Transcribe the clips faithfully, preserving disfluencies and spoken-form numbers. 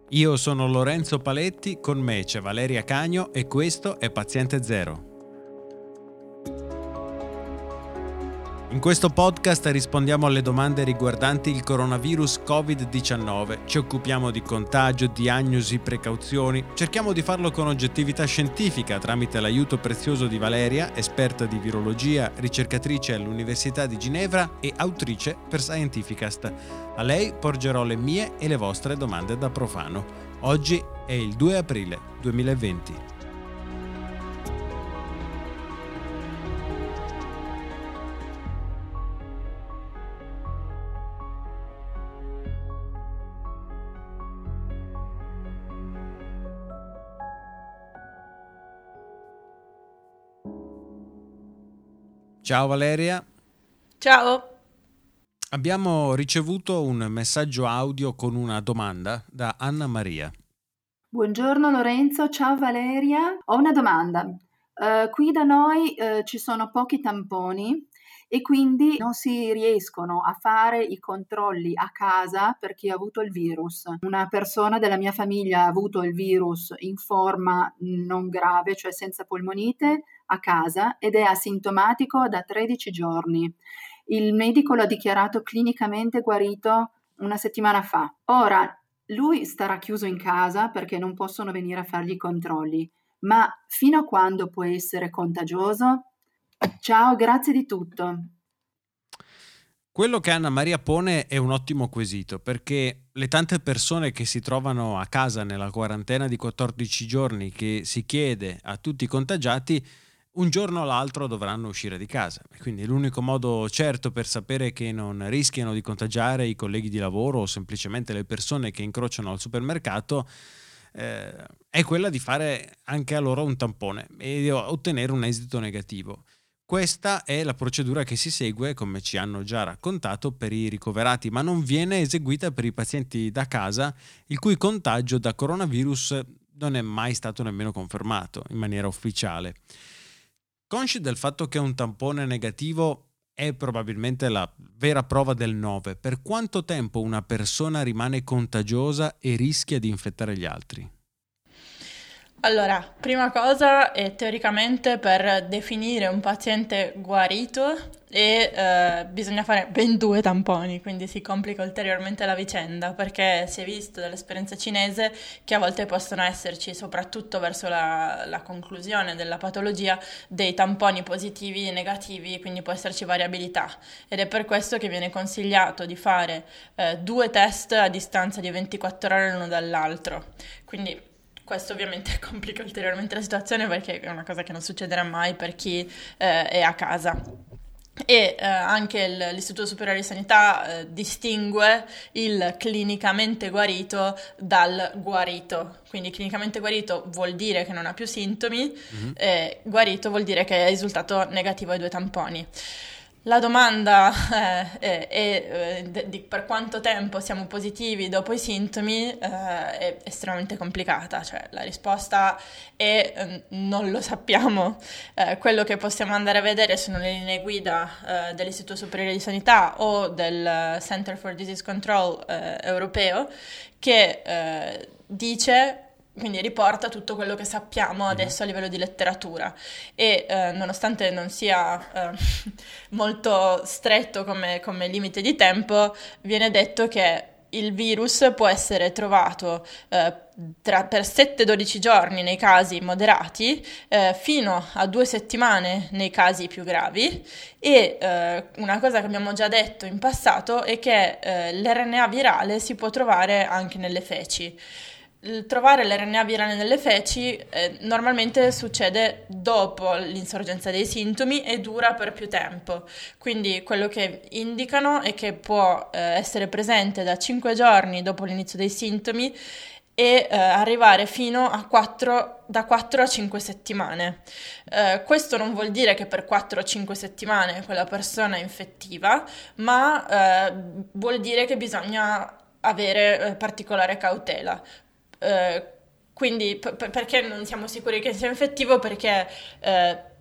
Io sono Lorenzo Paletti, con me c'è Valeria Cagno e questo è Paziente Zero. In questo podcast rispondiamo alle domande riguardanti il coronavirus covid diciannove, ci occupiamo di contagio, diagnosi, precauzioni, cerchiamo di farlo con oggettività scientifica tramite l'aiuto prezioso di Valeria, esperta di virologia, ricercatrice all'Università di Ginevra e autrice per Scientificast. A lei porgerò le mie e le vostre domande da profano. Oggi è il due aprile duemilaventi. Ciao Valeria. Ciao. Abbiamo ricevuto un messaggio audio con una domanda da Anna Maria. Buongiorno Lorenzo, ciao Valeria. Ho una domanda. Uh, qui da noi uh, ci sono pochi tamponi e quindi non si riescono a fare i controlli a casa per chi ha avuto il virus. Una persona della mia famiglia ha avuto il virus in forma non grave, cioè senza polmonite, a casa ed è asintomatico da tredici giorni. Il medico l'ha dichiarato clinicamente guarito una settimana fa. Ora, lui starà chiuso in casa perché non possono venire a fargli i controlli, ma fino a quando può essere contagioso? Ciao, grazie di tutto. Quello che Anna Maria pone è un ottimo quesito, perché le tante persone che si trovano a casa nella quarantena di quattordici giorni che si chiede a tutti i contagiati, un giorno o l'altro dovranno uscire di casa. Quindi l'unico modo certo per sapere che non rischiano di contagiare i colleghi di lavoro o semplicemente le persone che incrociano al supermercato eh, è quella di fare anche a loro un tampone e di ottenere un esito negativo. Questa è la procedura che si segue, come ci hanno già raccontato, per i ricoverati, ma non viene eseguita per i pazienti da casa, il cui contagio da coronavirus non è mai stato nemmeno confermato in maniera ufficiale. Consci del fatto che un tampone negativo è probabilmente la vera prova del nove, per quanto tempo una persona rimane contagiosa e rischia di infettare gli altri? Allora, prima cosa è teoricamente per definire un paziente guarito e eh, bisogna fare ben due tamponi, quindi si complica ulteriormente la vicenda perché si è visto dall'esperienza cinese che a volte possono esserci, soprattutto verso la, la conclusione della patologia, dei tamponi positivi e negativi, quindi può esserci variabilità ed è per questo che viene consigliato di fare eh, due test a distanza di ventiquattro ore l'uno dall'altro, quindi questo ovviamente complica ulteriormente la situazione perché è una cosa che non succederà mai per chi eh, è a casa. E eh, anche il, l'Istituto Superiore di Sanità eh, distingue il clinicamente guarito dal guarito. Quindi clinicamente guarito vuol dire che non ha più sintomi, mm-hmm. e guarito vuol dire che è risultato negativo ai due tamponi. La domanda eh, è, è, è di per quanto tempo siamo positivi dopo i sintomi eh, è estremamente complicata, cioè la risposta è eh, non lo sappiamo. Eh, quello che possiamo andare a vedere sono le linee guida eh, dell'Istituto Superiore di Sanità o del Center for Disease Control eh, europeo che eh, dice... Quindi riporta tutto quello che sappiamo adesso a livello di letteratura e eh, nonostante non sia eh, molto stretto come, come limite di tempo, viene detto che il virus può essere trovato eh, tra, per sette dodici giorni nei casi moderati, eh, fino a due settimane nei casi più gravi e eh, una cosa che abbiamo già detto in passato è che eh, l'R N A virale si può trovare anche nelle feci. Trovare l'R N A virale nelle feci eh, normalmente succede dopo l'insorgenza dei sintomi e dura per più tempo, quindi quello che indicano è che può eh, essere presente da cinque giorni dopo l'inizio dei sintomi e eh, arrivare fino a quattro, da quattro a cinque settimane. Eh, questo non vuol dire che per quattro o cinque settimane quella persona è infettiva, ma eh, vuol dire che bisogna avere eh, particolare cautela. Uh, quindi p- perché non siamo sicuri che sia infettivo? Perché uh,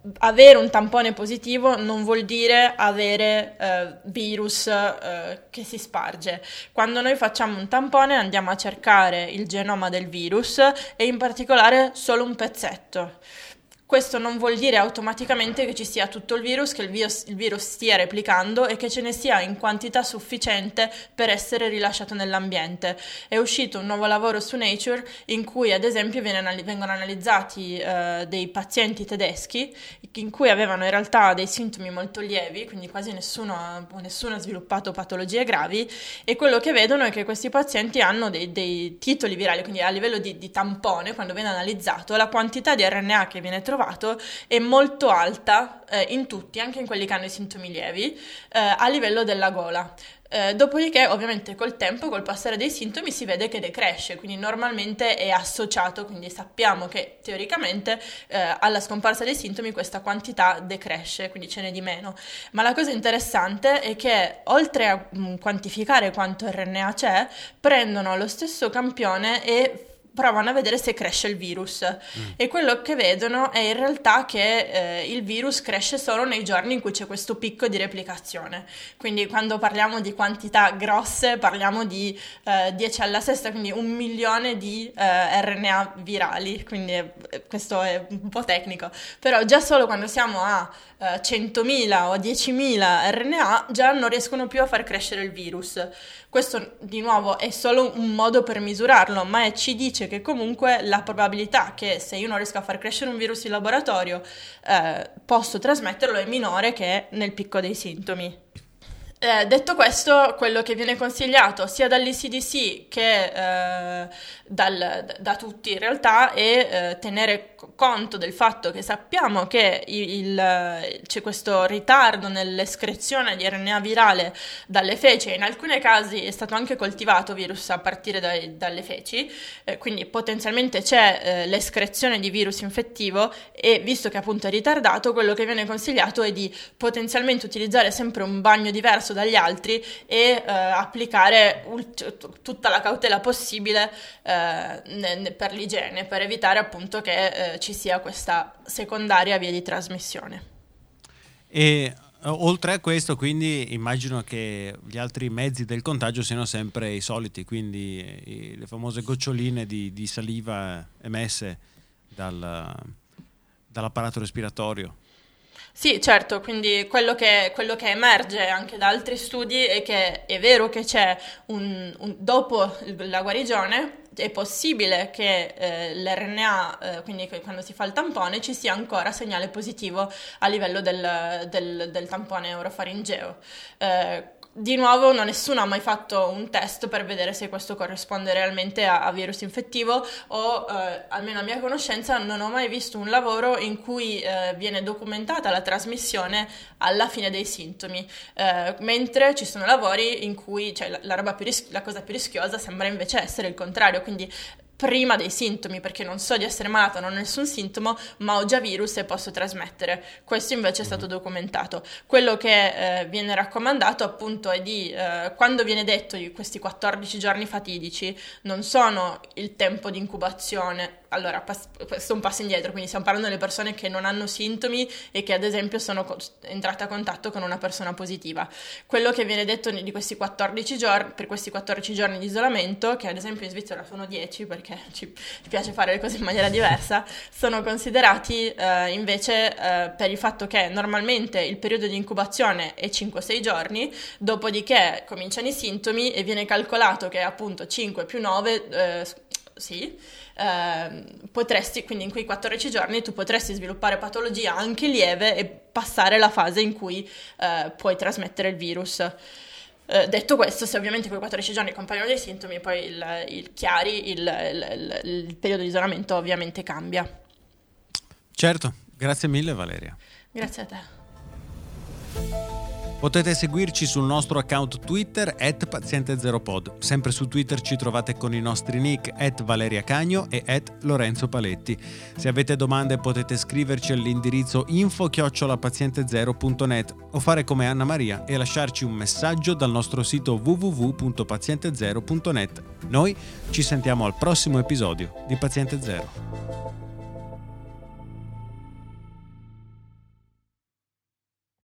avere un tampone positivo non vuol dire avere eh, virus eh, che si sparge. Quando noi facciamo un tampone andiamo a cercare il genoma del virus e in particolare solo un pezzetto. Questo non vuol dire automaticamente che ci sia tutto il virus, che il virus, il virus stia replicando e che ce ne sia in quantità sufficiente per essere rilasciato nell'ambiente. È uscito un nuovo lavoro su Nature in cui ad esempio viene, vengono analizzati eh, dei pazienti tedeschi in cui avevano in realtà dei sintomi molto lievi, quindi quasi nessuno, nessuno ha sviluppato patologie gravi, e quello che vedono è che questi pazienti hanno dei, dei titoli virali, quindi a livello di, di tampone, quando viene analizzato, la quantità di R N A che viene trovato è molto alta eh, in tutti, anche in quelli che hanno i sintomi lievi, eh, a livello della gola. Eh, dopodiché, ovviamente, col tempo, col passare dei sintomi, si vede che decresce, quindi normalmente è associato, quindi sappiamo che teoricamente eh, alla scomparsa dei sintomi questa quantità decresce, quindi ce n'è di meno. Ma la cosa interessante è che, oltre a mh, quantificare quanto R N A c'è, prendono lo stesso campione e provano a vedere se cresce il virus mm. e quello che vedono è in realtà che eh, il virus cresce solo nei giorni in cui c'è questo picco di replicazione, quindi quando parliamo di quantità grosse parliamo di eh, dieci alla sesta, quindi un milione di eh, R N A virali, quindi eh, questo è un po' tecnico, però già solo quando siamo a eh, centomila o diecimila R N A già non riescono più a far crescere il virus. Questo di nuovo è solo un modo per misurarlo, ma ci dice che comunque la probabilità che se io non riesco a far crescere un virus in laboratorio eh, posso trasmetterlo è minore che nel picco dei sintomi. Eh, detto questo, quello che viene consigliato sia dall'E C D C che eh, dal, da tutti in realtà è eh, tenere conto del fatto che sappiamo che il, il, c'è questo ritardo nell'escrezione di R N A virale dalle feci, e in alcuni casi è stato anche coltivato virus a partire dai, dalle feci, eh, quindi potenzialmente c'è eh, l'escrezione di virus infettivo, e visto che appunto è ritardato, quello che viene consigliato è di potenzialmente utilizzare sempre un bagno diverso dagli altri e eh, applicare ult- tutta la cautela possibile eh, ne- per l'igiene, per evitare appunto che eh, ci sia questa secondaria via di trasmissione. E oltre a questo, quindi immagino che gli altri mezzi del contagio siano sempre i soliti, quindi i, le famose goccioline di, di saliva emesse dal, dall'apparato respiratorio. Sì, certo, quindi quello che, quello che emerge anche da altri studi è che è vero che c'è un, un dopo la guarigione è possibile che eh, l'R N A, eh, quindi che quando si fa il tampone, ci sia ancora segnale positivo a livello del, del, del tampone orofaringeo. Eh, Di nuovo, no, nessuno ha mai fatto un test per vedere se questo corrisponde realmente a, a virus infettivo, o eh, almeno a mia conoscenza non ho mai visto un lavoro in cui eh, viene documentata la trasmissione alla fine dei sintomi, eh, mentre ci sono lavori in cui, cioè, la, la, roba più ris- la cosa più rischiosa sembra invece essere il contrario, quindi prima dei sintomi, perché non so di essere malata, non ho nessun sintomo, ma ho già virus e posso trasmettere. Questo invece è stato documentato. Quello che eh, viene raccomandato appunto è di, eh, quando viene detto di questi quattordici giorni fatidici, non sono il tempo di incubazione. Allora, pass- questo un passo indietro, quindi stiamo parlando delle persone che non hanno sintomi e che ad esempio sono co- entrate a contatto con una persona positiva. Quello che viene detto di questi quattordici giorni, per questi quattordici giorni di isolamento, che ad esempio in Svizzera sono dieci perché ci, ci piace fare le cose in maniera diversa, sono considerati eh, invece eh, per il fatto che normalmente il periodo di incubazione è cinque sei giorni, dopodiché cominciano i sintomi e viene calcolato che appunto cinque più nove, eh, sì, eh, potresti, quindi in quei quattordici giorni tu potresti sviluppare patologia anche lieve e passare la fase in cui eh, puoi trasmettere il virus. Eh, detto questo, se ovviamente quei quattordici giorni compaiono dei sintomi, poi il, il chiari, il, il, il, il periodo di isolamento ovviamente cambia. Certo, grazie mille Valeria. Grazie a te. Potete seguirci sul nostro account Twitter at paziente zero pod. Sempre su Twitter ci trovate con i nostri nick at Valeria Cagno e at Lorenzo Paletti. Se avete domande potete scriverci all'indirizzo info chiocciola paziente zero punto net o fare come Anna Maria e lasciarci un messaggio dal nostro sito w w w punto paziente zero punto net. Noi ci sentiamo al prossimo episodio di Paziente Zero.